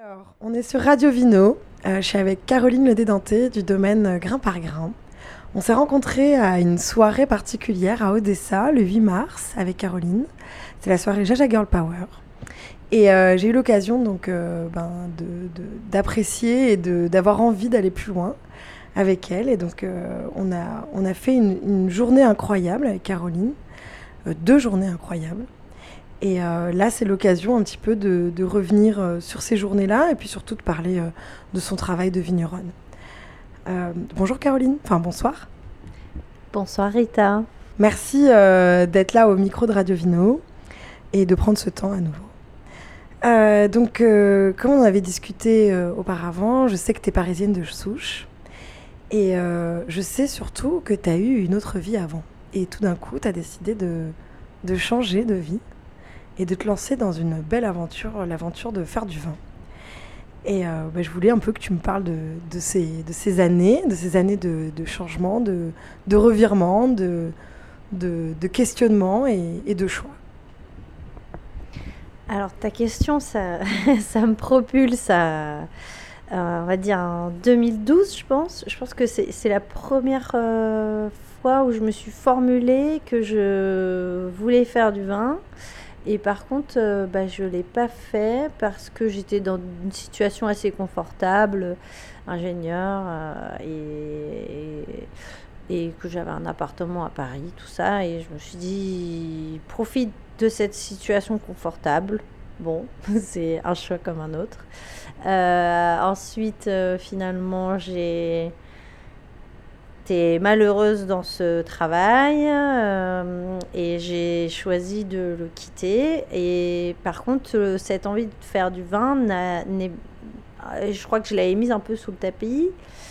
Alors, on est sur Radio Vino. Je suis avec Caroline Le Dédenté du domaine Grain par Grain. On s'est rencontrés à une soirée particulière à Odessa le 8 mars avec Caroline. C'est la soirée Jaja Girl Power. Et j'ai eu l'occasion d'apprécier et d'avoir envie d'aller plus loin avec elle. Et donc on a fait une journée incroyable avec Caroline, 2 journées incroyables. Et là, c'est l'occasion un petit peu de revenir sur ces journées-là et puis surtout de parler de son travail de vigneronne. Bonjour Caroline, enfin bonsoir. Bonsoir Rita. Merci d'être là au micro de Radio Vino et de prendre ce temps à nouveau. Comme on avait discuté auparavant, je sais que tu es parisienne de souche et je sais surtout que tu as eu une autre vie avant. Et tout d'un coup, tu as décidé de changer de vie et de te lancer dans une belle aventure, l'aventure de faire du vin. Et je voulais un peu que tu me parles de ces années de changement, de revirement, de questionnement et de choix. Alors ta question, ça, ça me propulse à, on va dire en 2012, je pense. Je pense que c'est la première fois où je me suis formulée que je voulais faire du vin. Et par contre, je ne l'ai pas fait parce que j'étais dans une situation assez confortable, ingénieur, et que j'avais un appartement à Paris, tout ça. Et je me suis dit, profite de cette situation confortable. Bon, c'est un choix comme un autre. Ensuite, finalement, j'étais malheureuse dans ce travail et j'ai choisi de le quitter. Et par contre, cette envie de faire du vin, je crois que je l'avais mise un peu sous le tapis.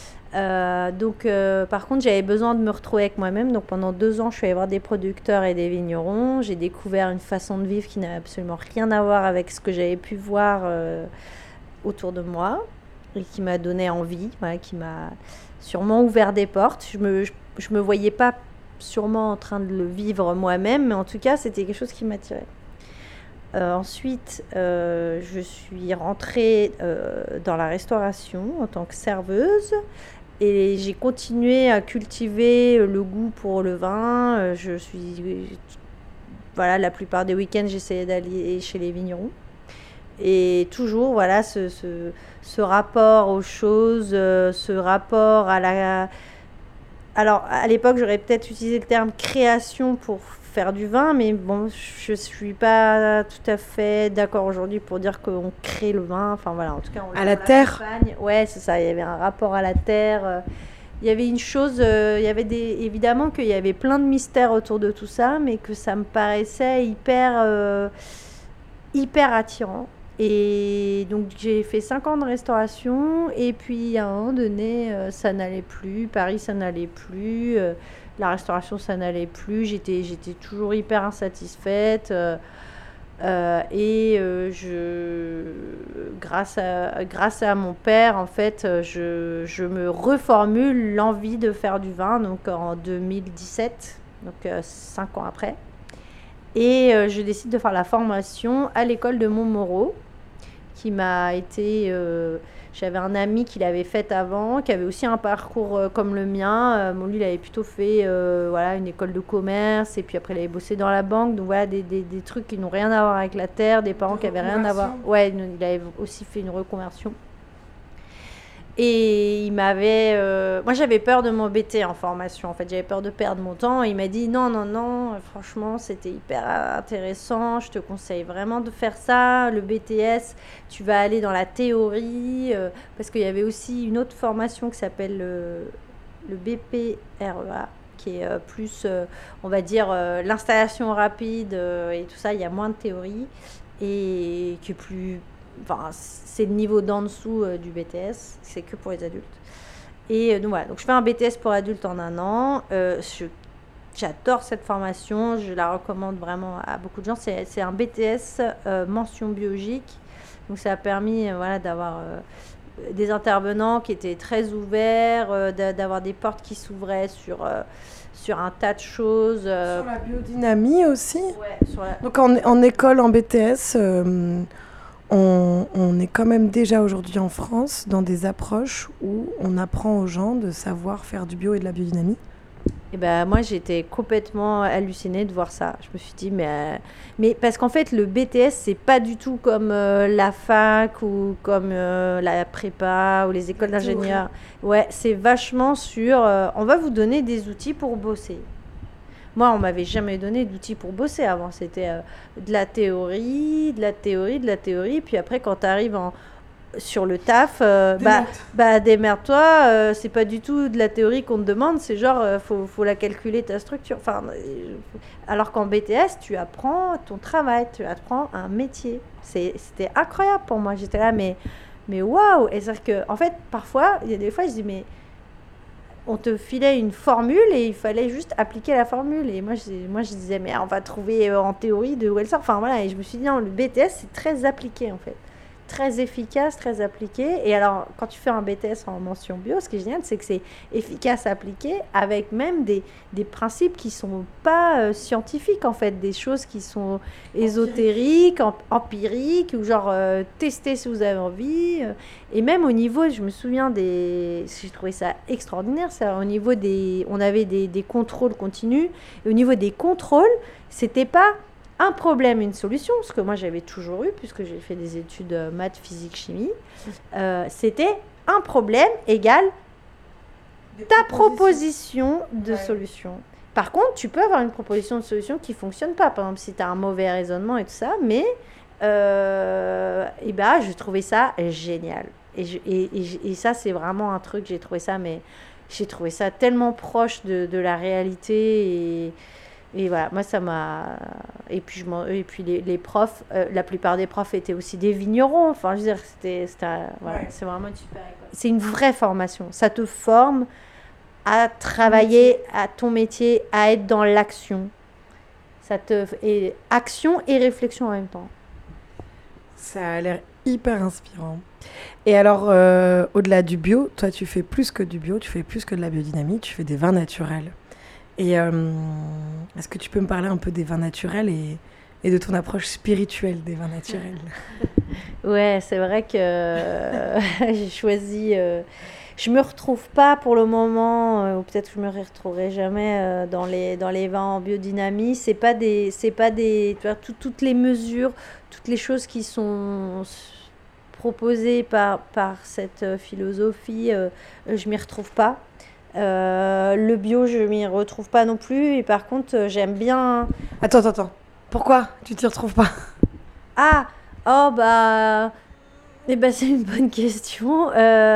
Par contre, j'avais besoin de me retrouver avec moi-même. Donc pendant 2 ans, je suis allée voir des producteurs et des vignerons. J'ai découvert une façon de vivre qui n'avait absolument rien à voir avec ce que j'avais pu voir autour de moi et qui m'a donné envie, voilà, qui m'a sûrement ouvert des portes. Je me voyais pas sûrement en train de le vivre moi-même, mais en tout cas, c'était quelque chose qui m'attirait. Ensuite, je suis rentrée dans la restauration en tant que serveuse et j'ai continué à cultiver le goût pour le vin. La plupart des week-ends, j'essayais d'aller chez les vignerons. Et toujours, voilà, ce rapport aux choses, ce rapport à la... Alors, à l'époque, j'aurais peut-être utilisé le terme création pour faire du vin, mais bon, je ne suis pas tout à fait d'accord aujourd'hui pour dire qu'on crée le vin. Enfin, voilà, en tout cas, on à la terre. Ouais, c'est ça, il y avait un rapport à la terre. Il y avait une chose, évidemment qu'il y avait plein de mystères autour de tout ça, mais que ça me paraissait hyper attirant. Et donc j'ai fait 5 ans de restauration et puis à un moment donné ça n'allait plus, Paris ça n'allait plus, la restauration ça n'allait plus, j'étais toujours hyper insatisfaite grâce à mon père en fait je me reformule l'envie de faire du vin donc en 2017, donc 5 ans après. Et je décide de faire la formation à l'école de Montmoreau, qui m'a été... j'avais un ami qui l'avait faite avant, qui avait aussi un parcours comme le mien. Lui, il avait plutôt fait une école de commerce, et puis après, il avait bossé dans la banque. Donc voilà, des trucs qui n'ont rien à voir avec la terre, des parents qui n'avaient rien à voir. Ouais, il avait aussi fait une reconversion. Et il m'avait... moi, j'avais peur de m'embêter en formation. En fait, j'avais peur de perdre mon temps. Et il m'a dit, non, franchement, c'était hyper intéressant. Je te conseille vraiment de faire ça. Le BTS, tu vas aller dans la théorie. Parce qu'il y avait aussi une autre formation qui s'appelle le BPREA, qui est plus, on va dire, l'installation rapide et tout ça. Il y a moins de théorie. Et qui est plus... Enfin, c'est le niveau d'en dessous du BTS, c'est que pour les adultes. Et donc voilà, donc je fais un BTS pour adultes en 1 an. J'adore cette formation, je la recommande vraiment à beaucoup de gens. C'est un BTS mention biologique, donc ça a permis d'avoir des intervenants qui étaient très ouverts, d'avoir des portes qui s'ouvraient sur un tas de choses. Sur la biodynamie aussi. Ouais, Donc en école, en BTS... on est quand même déjà aujourd'hui en France dans des approches où on apprend aux gens de savoir faire du bio et de la biodynamie. Et ben moi j'étais complètement hallucinée de voir ça. Je me suis dit mais parce qu'en fait le BTS c'est pas du tout comme la fac ou comme la prépa ou les écoles d'ingénieurs. Ouais, c'est vachement sur on va vous donner des outils pour bosser. Moi, on m'avait jamais donné d'outils pour bosser avant. C'était de la théorie, de la théorie, de la théorie. Puis après, quand tu arrives sur le taf, démerde-toi. C'est pas du tout de la théorie qu'on te demande. C'est genre, faut la calculer ta structure. Enfin, alors qu'en BTS, tu apprends ton travail, tu apprends un métier. C'était incroyable pour moi. J'étais là, mais waouh! Et c'est-à-dire que, en fait, parfois, il y a des fois, je dis, mais on te filait une formule et il fallait juste appliquer la formule. Et moi, je disais, mais on va trouver en théorie de où elle sort. Enfin, voilà. Et je me suis dit, non, le BTS, c'est très appliqué, en fait. Très efficace, très appliqué. Et alors, quand tu fais un BTS en mention bio, ce qui est génial, c'est que c'est efficace, appliqué, avec même des principes qui sont pas scientifiques, en fait. Des choses qui sont ésotériques, empiriques, ou genre, tester si vous avez envie. Et même au niveau, je me souviens j'ai trouvé ça extraordinaire, ça, au niveau on avait des contrôles continus. Et au niveau des contrôles, c'était pas un problème, une solution, ce que moi j'avais toujours eu, puisque j'ai fait des études maths, physique, chimie. C'était un problème égale ta proposition de solution. Par contre, tu peux avoir une proposition de solution qui ne fonctionne pas. Par exemple, si tu as un mauvais raisonnement et tout ça, mais je trouvais ça génial. Et ça, c'est vraiment un truc, j'ai trouvé ça tellement proche de la réalité. Et voilà, moi ça m'a. Et puis, les profs, la plupart des profs étaient aussi des vignerons. Enfin, je veux dire, voilà, c'est vraiment une super école. C'est une vraie formation. Ça te forme à travailler à ton métier, à être dans l'action. Et action et réflexion en même temps. Ça a l'air hyper inspirant. Et alors, au-delà du bio, toi, tu fais plus que du bio, tu fais plus que de la biodynamie, tu fais des vins naturels. Et est-ce que tu peux me parler un peu des vins naturels et de ton approche spirituelle des vins naturels? Ouais, c'est vrai que j'ai choisi... je me retrouve pas pour le moment, ou peut-être que je me retrouverai jamais dans les vins en biodynamie. C'est pas des, tu vois, toutes les mesures, toutes les choses qui sont proposées par cette philosophie, je m'y retrouve pas. Le bio, je m'y retrouve pas non plus. Et par contre, j'aime bien. Attends. Pourquoi tu t'y retrouves pas? Ah, oh c'est une bonne question.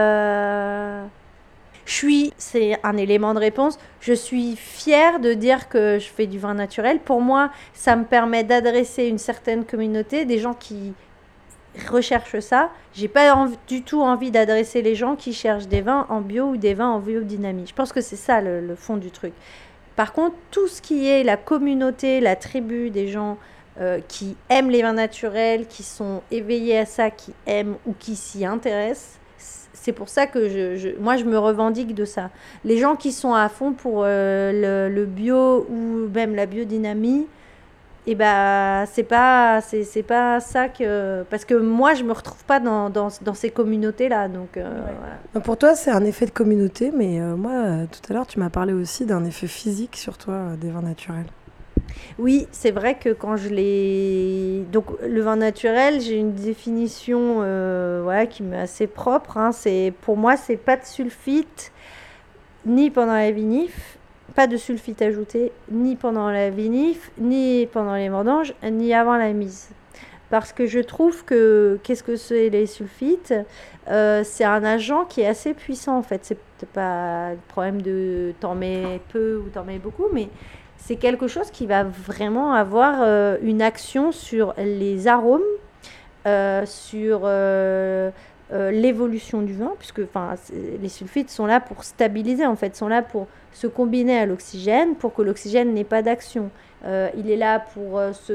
C'est un élément de réponse. Je suis fière de dire que je fais du vin naturel. Pour moi, ça me permet d'adresser une certaine communauté, des gens qui recherchent ça. J'ai pas du tout envie d'adresser les gens qui cherchent des vins en bio ou des vins en biodynamie. Je pense que c'est ça le fond du truc. Par contre, tout ce qui est la communauté, la tribu des gens qui aiment les vins naturels, qui sont éveillés à ça, qui aiment ou qui s'y intéressent, c'est pour ça que moi je me revendique de ça. Les gens qui sont à fond pour le bio ou même la biodynamie, et c'est pas ça que, parce que moi je me retrouve pas dans ces communautés là, donc voilà. Pour toi c'est un effet de communauté, mais moi tout à l'heure tu m'as parlé aussi d'un effet physique sur toi des vins naturels. Oui, c'est vrai que quand donc le vin naturel, j'ai une définition qui m'est assez propre, hein. Pour moi c'est pas de sulfite ni pendant la vinif. Pas de sulfite ajouté, ni pendant la vinif, ni pendant les vendanges, ni avant la mise. Parce que je trouve que, qu'est-ce que c'est les sulfites? C'est un agent qui est assez puissant en fait. C'est pas le problème de t'en mets peu ou t'en mets beaucoup, mais c'est quelque chose qui va vraiment avoir une action sur les arômes, sur l'évolution du vin, puisque les sulfites sont là pour stabiliser, en fait, sont là pour se combiner à l'oxygène, pour que l'oxygène n'ait pas d'action. Il est là pour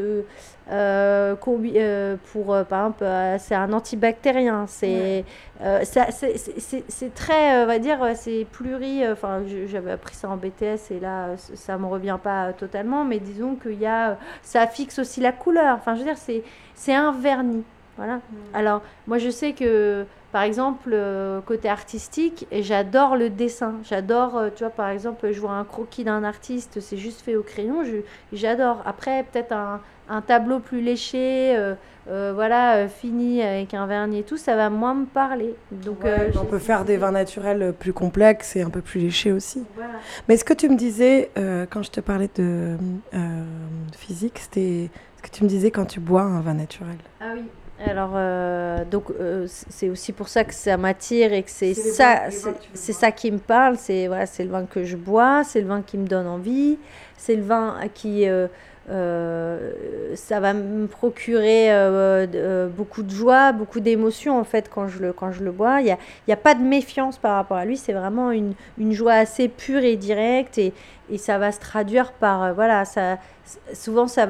par exemple, c'est un antibactérien. C'est très, on va dire, c'est j'avais appris ça en BTS et là, ça me revient pas totalement, mais disons ça fixe aussi la couleur. Enfin, je veux dire, c'est un vernis. Voilà. Alors, moi, je sais que, par exemple, côté artistique, et j'adore le dessin. J'adore, tu vois, par exemple, je vois un croquis d'un artiste, c'est juste fait au crayon, j'adore. Après, peut-être un tableau plus léché, voilà, fini avec un vernis et tout, ça va moins me parler. Donc, On peut faire des vins naturels plus complexes et un peu plus léchés aussi. Voilà. Mais ce que tu me disais quand je te parlais de physique, c'était ce que tu me disais quand tu bois un vin naturel. Ah oui. Alors, donc, c'est aussi pour ça que ça m'attire et que c'est C'est les ça, vins- les vins que tu veux c'est boire. ça qui me parle. C'est voilà, c'est le vin que je bois, c'est le vin qui me donne envie, c'est le vin qui, ça va me procurer beaucoup de joie, beaucoup d'émotions en fait quand je le bois. Il y a pas de méfiance par rapport à lui. C'est vraiment une joie assez pure et directe et ça va se traduire par voilà, souvent ça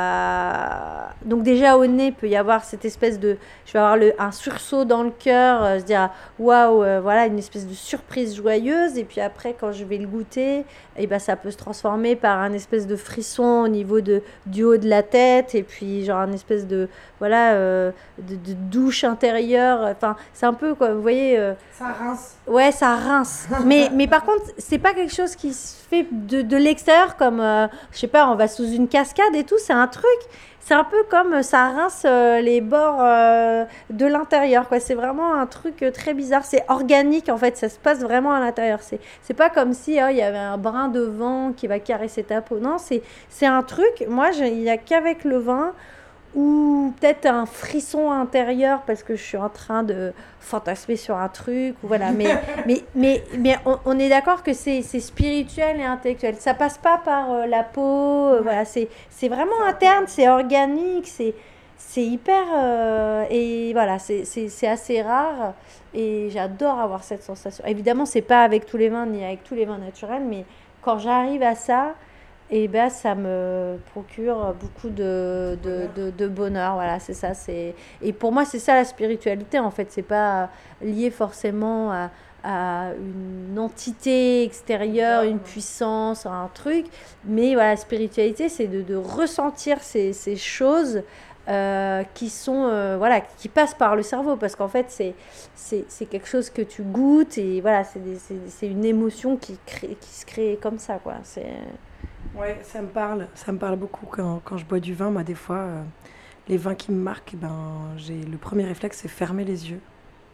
va donc déjà au nez peut y avoir cette espèce de je vais avoir un sursaut dans le cœur, se dire waouh, voilà une espèce de surprise joyeuse et puis après quand je vais le goûter et ben ça peut se transformer par un espèce de frisson au niveau du haut de la tête et puis genre un espèce de voilà de douche intérieure, enfin c'est un peu quoi, vous voyez Ça rince. ouais, ça rince. Mais par contre, c'est pas quelque chose qui se fait de l'extérieur comme, je sais pas, on va sous une cascade et tout. C'est un truc, c'est un peu comme ça rince les bords de l'intérieur, quoi. C'est vraiment un truc très bizarre. C'est organique, en fait. Ça se passe vraiment à l'intérieur. C'est pas comme si il y avait un brin de vent qui va caresser ta peau. Non, c'est un truc. Moi, il y a qu'avec le vin ou peut-être un frisson intérieur parce que je suis en train de fantasmer sur un truc ou voilà mais on est d'accord que c'est spirituel et intellectuel, ça passe pas par la peau, voilà, c'est vraiment interne, c'est organique, c'est hyper et voilà, c'est assez rare et j'adore avoir cette sensation. Évidemment c'est pas avec tous les vins ni avec tous les vins naturels, mais quand j'arrive à ça, et ben ça me procure beaucoup de bonheur. Voilà, c'est ça. Et pour moi, c'est ça la spiritualité, en fait. C'est pas lié forcément à une entité extérieure, une puissance, un truc. Mais voilà, la spiritualité, c'est de ressentir ces choses qui sont voilà, qui passent par le cerveau, parce qu'en fait c'est quelque chose que tu goûtes et voilà, c'est une émotion qui se crée comme ça, quoi. C'est Ouais, ça me parle beaucoup quand je bois du vin. Moi, des fois, les vins qui me marquent, eh ben, le premier réflexe, c'est fermer les yeux.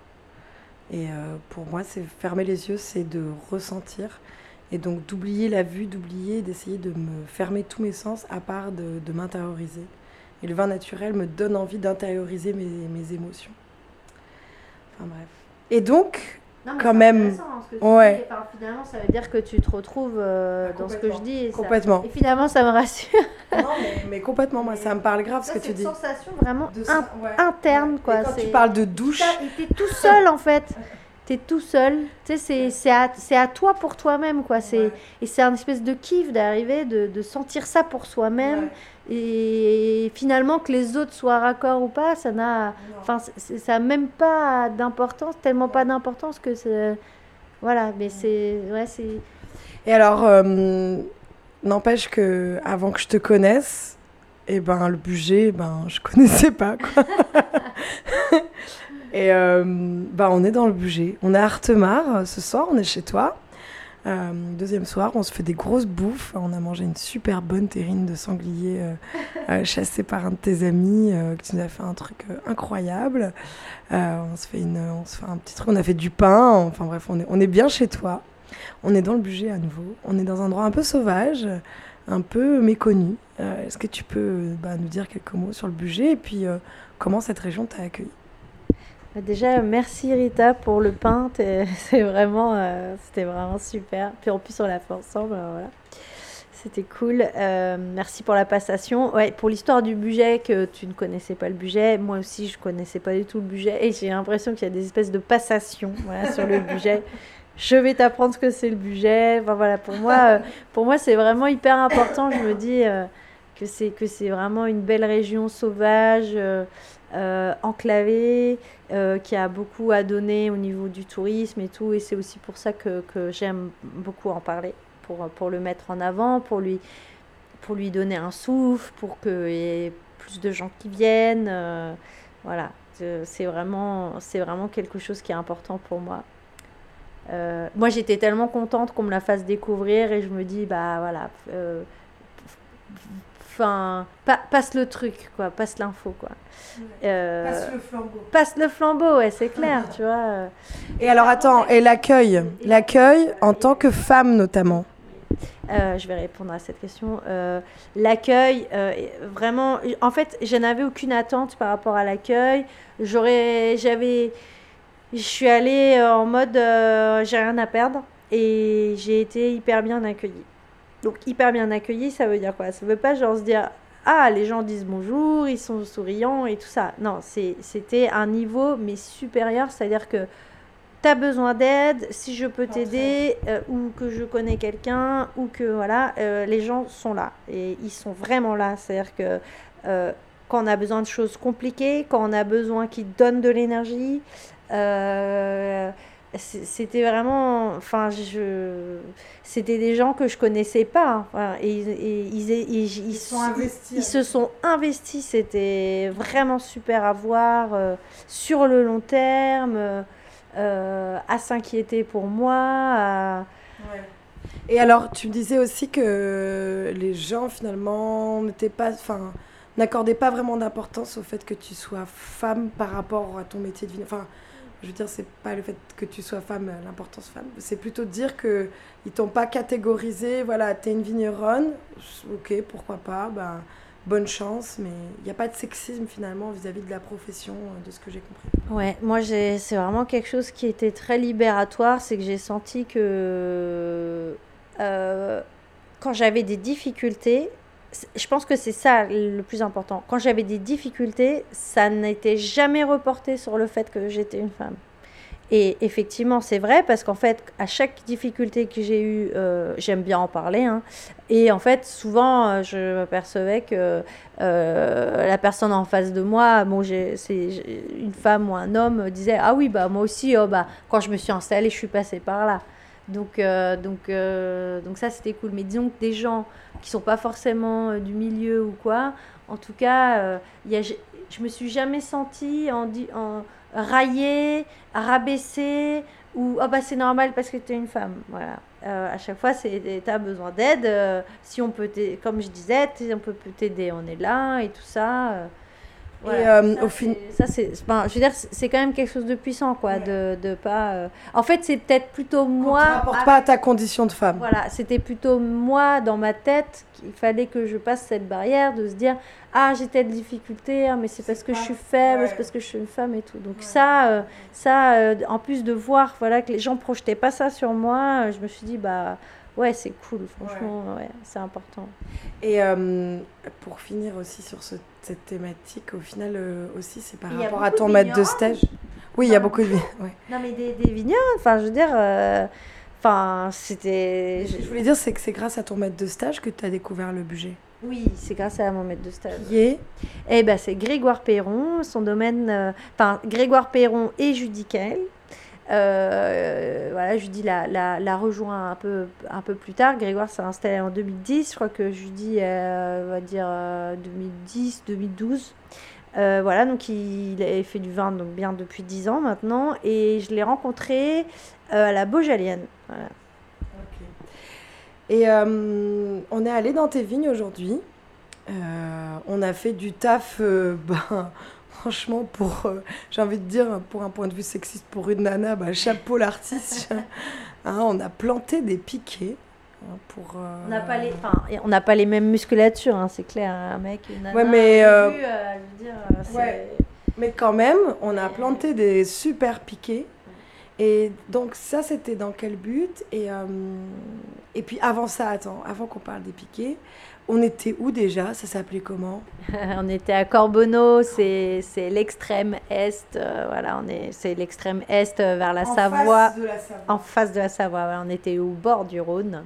Et pour moi, c'est fermer les yeux, c'est de ressentir. Et donc d'oublier la vue, d'essayer de me fermer tous mes sens, à part de m'intérioriser. Et le vin naturel me donne envie d'intérioriser mes émotions. Enfin bref. Et donc, non, mais quand c'est même, intéressant, hein, ce que tu ouais, dis. Enfin, finalement, ça veut dire que tu te retrouves dans ce que je dis. complètement. Et finalement, ça me rassure. Non, mais complètement, moi, ça me parle grave ce que tu dis. C'est une sensation vraiment De ça, ouais. interne, quoi. Et quand tu parles de douche, Et t'es tout seul, en fait. T'es tout seul. Tu sais, c'est à toi pour toi-même, quoi. Ouais. Et c'est un espèce de kiff d'arriver, de sentir ça pour soi-même. Ouais. Et finalement, que les autres soient raccord ou pas, ça n'a... Enfin, ça n'a même pas d'importance, tellement pas d'importance que c'est... Voilà, mais c'est... Ouais, c'est... Et alors, n'empêche que avant que je te connaisse, eh ben, le budget, ben, je connaissais pas, quoi. Et ben, on est dans le budget. On est à Artemar ce soir, on est chez toi. Deuxième soir, on se fait des grosses bouffes. On a mangé une super bonne terrine de sanglier chassée par un de tes amis qui nous a fait un truc incroyable. On se fait un petit truc, on a fait du pain. Enfin bref, on est bien chez toi. On est dans le budget à nouveau. On est dans un endroit un peu sauvage, un peu méconnu. Est-ce que tu peux nous dire quelques mots sur le budget et puis comment cette région t'a accueilli? Déjà, merci Rita pour le pain. C'était vraiment super. Puis en plus, on l'a fait ensemble. Alors voilà. C'était cool. Merci pour la passation. Ouais, pour l'histoire du budget, que tu ne connaissais pas le budget. Moi aussi, je connaissais pas du tout le budget. Et j'ai l'impression qu'il y a des espèces de passations, voilà, sur le budget. Je vais t'apprendre ce que c'est le budget. Enfin, voilà, pour moi, c'est vraiment hyper important. Je me dis que c'est vraiment une belle région sauvage, enclavée, qui a beaucoup à donner au niveau du tourisme et tout. Et c'est aussi pour ça que j'aime beaucoup en parler, pour le mettre en avant, pour lui donner un souffle, pour qu'il y ait plus de gens qui viennent. Voilà, c'est vraiment quelque chose qui est important pour moi. Moi, j'étais tellement contente qu'on me la fasse découvrir et je me dis, bah voilà, enfin, passe le truc, quoi, passe l'info, quoi. Passe le flambeau. Passe le flambeau, ouais, c'est clair, tu vois. Et alors attends, et l'accueil en tant que femme notamment. Je vais répondre à cette question. L'accueil, vraiment, en fait, je n'avais aucune attente par rapport à l'accueil. Je suis allée en mode, j'ai rien à perdre et j'ai été hyper bien accueillie. Donc hyper bien accueillie, ça veut dire quoi? Ça veut pas genre se dire, ah, les gens disent bonjour, ils sont souriants et tout ça. Non, c'était un niveau mais supérieur, c'est-à-dire que tu as besoin d'aide, si je peux t'aider, ou que je connais quelqu'un, ou que voilà, les gens sont là. Et ils sont vraiment là. C'est-à-dire que quand on a besoin de choses compliquées, quand on a besoin qu'ils donnent de l'énergie, euh, c'était vraiment. Enfin, c'était des gens que je connaissais pas. Enfin, ils sont investis. Ils se sont investis. C'était vraiment super à voir sur le long terme. À s'inquiéter pour moi. Ouais. Et alors, tu me disais aussi que les gens finalement n'accordaient pas vraiment d'importance au fait que tu sois femme par rapport à ton métier de vie. Enfin, je veux dire, c'est pas le fait que tu sois femme, l'importance femme. C'est plutôt de dire que ils t'ont pas catégorisé. Voilà, t'es une vigneronne, ok, pourquoi pas, ben, bonne chance, mais il n'y a pas de sexisme finalement vis-à-vis de la profession, de ce que j'ai compris. Ouais, moi c'est vraiment quelque chose qui était très libératoire, c'est que j'ai senti que quand j'avais des difficultés, je pense que c'est ça le plus important. Quand j'avais des difficultés, ça n'était jamais reporté sur le fait que j'étais une femme. Et effectivement, c'est vrai parce qu'en fait, à chaque difficulté que j'ai eue, j'aime bien en parler, hein. Et en fait, souvent, je m'apercevais que la personne en face de moi, bon, une femme ou un homme, disait ah oui, bah moi aussi, oh, bah quand je me suis installée, je suis passée par là. Donc ça, c'était cool. Mais disons que des gens qui sont pas forcément du milieu ou quoi, en tout cas, je me suis jamais sentie en raillée, rabaissée ou ah bah c'est normal parce que tu es une femme. Voilà. À chaque fois, tu as besoin d'aide. Si on peut t'aider, comme je disais, on peut t'aider, on est là et tout ça. Voilà. Et au final. Ça, enfin, je veux dire, c'est quand même quelque chose de puissant, quoi, de pas. En fait, c'est peut-être plutôt moi. Ça ne rapporte pas à ta condition de femme. Voilà, c'était plutôt moi dans ma tête qu'il fallait que je passe cette barrière de se dire ah j'ai telle difficulté, mais c'est parce que je suis faible, c'est parce que je suis une femme et tout. Donc en plus de voir voilà que les gens projetaient pas ça sur moi, je me suis dit bah ouais c'est cool, franchement ouais, c'est important. Et pour finir aussi sur cette thématique, au final aussi c'est par rapport à ton maître de stage. Oui, il y a beaucoup de ouais. Non mais des vignerons, enfin je veux dire. Enfin, c'était. Je voulais dire, c'est que c'est grâce à ton maître de stage que tu as découvert le budget. Oui, c'est grâce à mon maître de stage. Qui est Eh ben, c'est Grégoire Perron, son domaine. Enfin, Grégoire Perron et Judy Kael. Voilà, Judy l'a rejoint un peu plus tard. Grégoire s'est installé en 2010. Je crois que Judy, on va dire 2010, 2012. Voilà, donc il a fait du vin donc bien depuis 10 ans maintenant. Et je l'ai rencontré à la Beaujalienne. Voilà. Okay. Et on est allé dans tes vignes aujourd'hui. On a fait du taf, franchement, j'ai envie de dire, pour un point de vue sexiste, pour une nana, chapeau l'artiste. Hein, on a planté des piquets. On n'a pas les mêmes musculatures, hein, c'est clair. Un mec, une nana, ouais, mais, je veux dire, ouais. Mais quand même, on a planté des super piquets. Et donc ça, c'était dans quel but? Et puis avant ça, avant qu'on parle des piquets, on était où déjà? Ça s'appelait comment? On était à Corbonneau, c'est l'extrême est. Voilà, c'est l'extrême est vers la Savoie. Face de la Savoie. En face de la Savoie. Ouais, on était au bord du Rhône.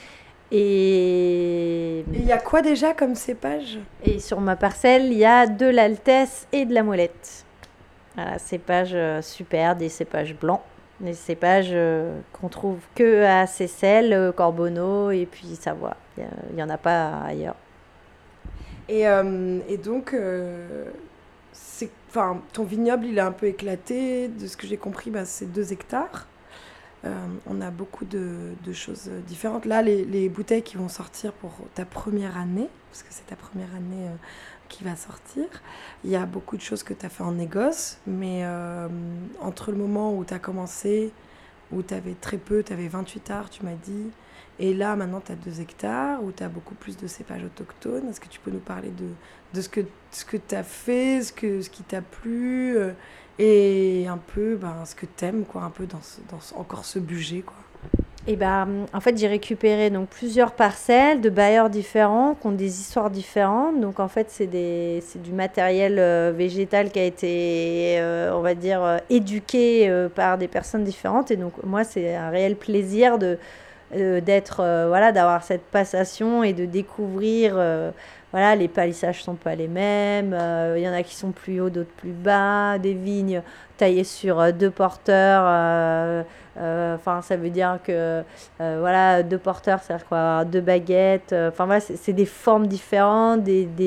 Et il y a quoi déjà comme cépage? Et sur ma parcelle, il y a de l'Altesse et de la Moellette. Voilà, cépages super, des cépages blancs. Des cépages qu'on trouve que à Seyssel, Corbonneau et puis Savoie. Il n'y en a pas ailleurs. Et donc, enfin, ton vignoble, il est un peu éclaté. De ce que j'ai compris, c'est 2 hectares. On a beaucoup de choses différentes. Là, les bouteilles qui vont sortir pour ta première année, parce que c'est ta première année qui va sortir, il y a beaucoup de choses que tu as fait en négoce, mais entre le moment où tu as commencé, où tu avais très peu, tu avais 28 arts, tu m'as dit, et là, maintenant, tu as 2 hectares, où tu as beaucoup plus de cépages autochtones. Est-ce que tu peux nous parler de ce que tu as fait, ce qui t'a plu et un peu ce que t'aimes, quoi, un peu encore ce budget, quoi. Et en fait, j'ai récupéré donc plusieurs parcelles de bailleurs différents qui ont des histoires différentes. Donc, en fait, c'est du matériel végétal qui a été, on va dire, éduqué par des personnes différentes. Et donc, moi, c'est un réel plaisir d'avoir cette passation et de découvrir. Voilà, les palissages sont pas les mêmes. Il y en a qui sont plus hauts, d'autres plus bas. Des vignes taillées sur 2 porteurs. Enfin, ça veut dire que 2 porteurs, c'est-à-dire quoi, 2 baguettes. Enfin voilà, c'est des formes différentes.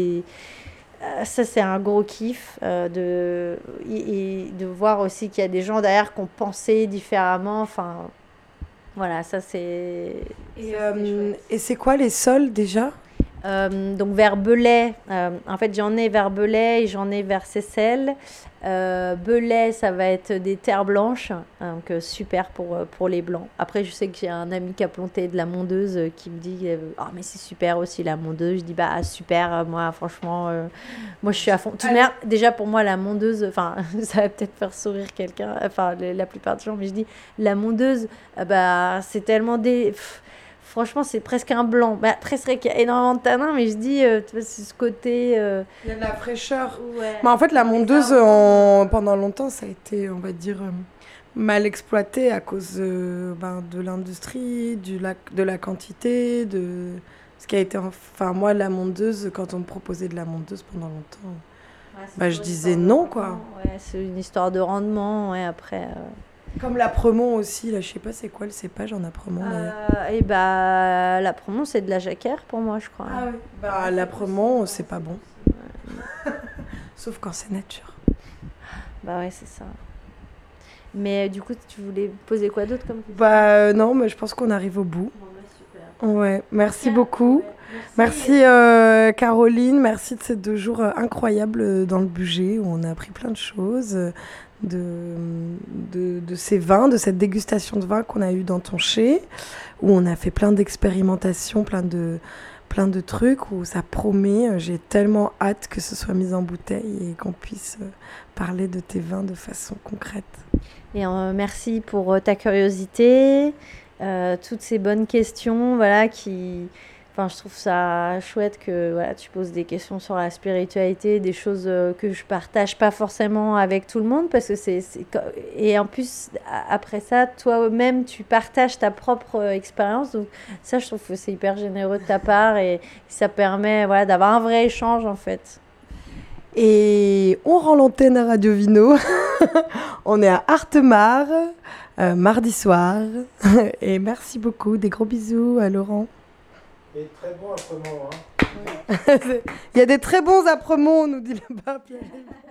Ça, c'est un gros kiff de voir aussi qu'il y a des gens derrière qui ont pensé différemment. Enfin, voilà, ça c'est. Et c'est quoi les sols déjà? Donc vers Belay, en fait j'en ai vers Belay et j'en ai vers Seyssel. Belay, ça va être des terres blanches, donc super pour les blancs. Après, je sais que j'ai un ami qui a planté de la mondeuse qui me dit ah mais c'est super aussi la mondeuse. Je dis super, moi franchement, moi je suis à fond. Déjà pour moi la mondeuse, enfin ça va peut-être faire sourire quelqu'un, enfin la plupart des gens, mais je dis la mondeuse, c'est tellement franchement, c'est presque un blanc. Après, c'est vrai qu'il y a énormément de tanins, mais je dis, c'est ce côté. Il y a de la fraîcheur. Ouais. Mais en fait, la mondeuse, pendant longtemps, ça a été, on va dire, mal exploité à cause de l'industrie, de la quantité, de ce qui a été. Enfin, moi, la mondeuse, quand on me proposait de la mondeuse pendant longtemps, je disais non, quoi. Ouais, c'est une histoire de rendement, ouais, après. Comme l'Apremont aussi, là, je sais pas c'est quoi le cépage en Apremont. L'Apremont, c'est de la jacquère pour moi, je crois. Ah oui. L'Apremont, c'est pas bon. Sauf quand c'est nature. Ouais, c'est ça. Mais du coup, tu voulais poser quoi d'autre comme question? Non, mais je pense qu'on arrive au bout. Super. Ouais, merci beaucoup. Ouais, merci Caroline, merci de ces 2 jours incroyables dans le budget où on a appris plein de choses. De ces vins, de cette dégustation de vin qu'on a eu dans ton chai, où on a fait plein d'expérimentations, plein de trucs, où ça promet. J'ai tellement hâte que ce soit mis en bouteille et qu'on puisse parler de tes vins de façon concrète. Et merci pour ta curiosité, toutes ces bonnes questions, voilà, Enfin, je trouve ça chouette que tu poses des questions sur la spiritualité, des choses que je partage pas forcément avec tout le monde, parce que et en plus après ça, toi-même tu partages ta propre expérience, donc ça je trouve que c'est hyper généreux de ta part et ça permet d'avoir un vrai échange en fait. Et on rend l'antenne à Radio Vino. On est à Artemare, mardi soir. Et merci beaucoup. Des gros bisous à Laurent. Et très bon Apremont, hein. Il y a des très bons Apremont, nous dit là-bas Pierre.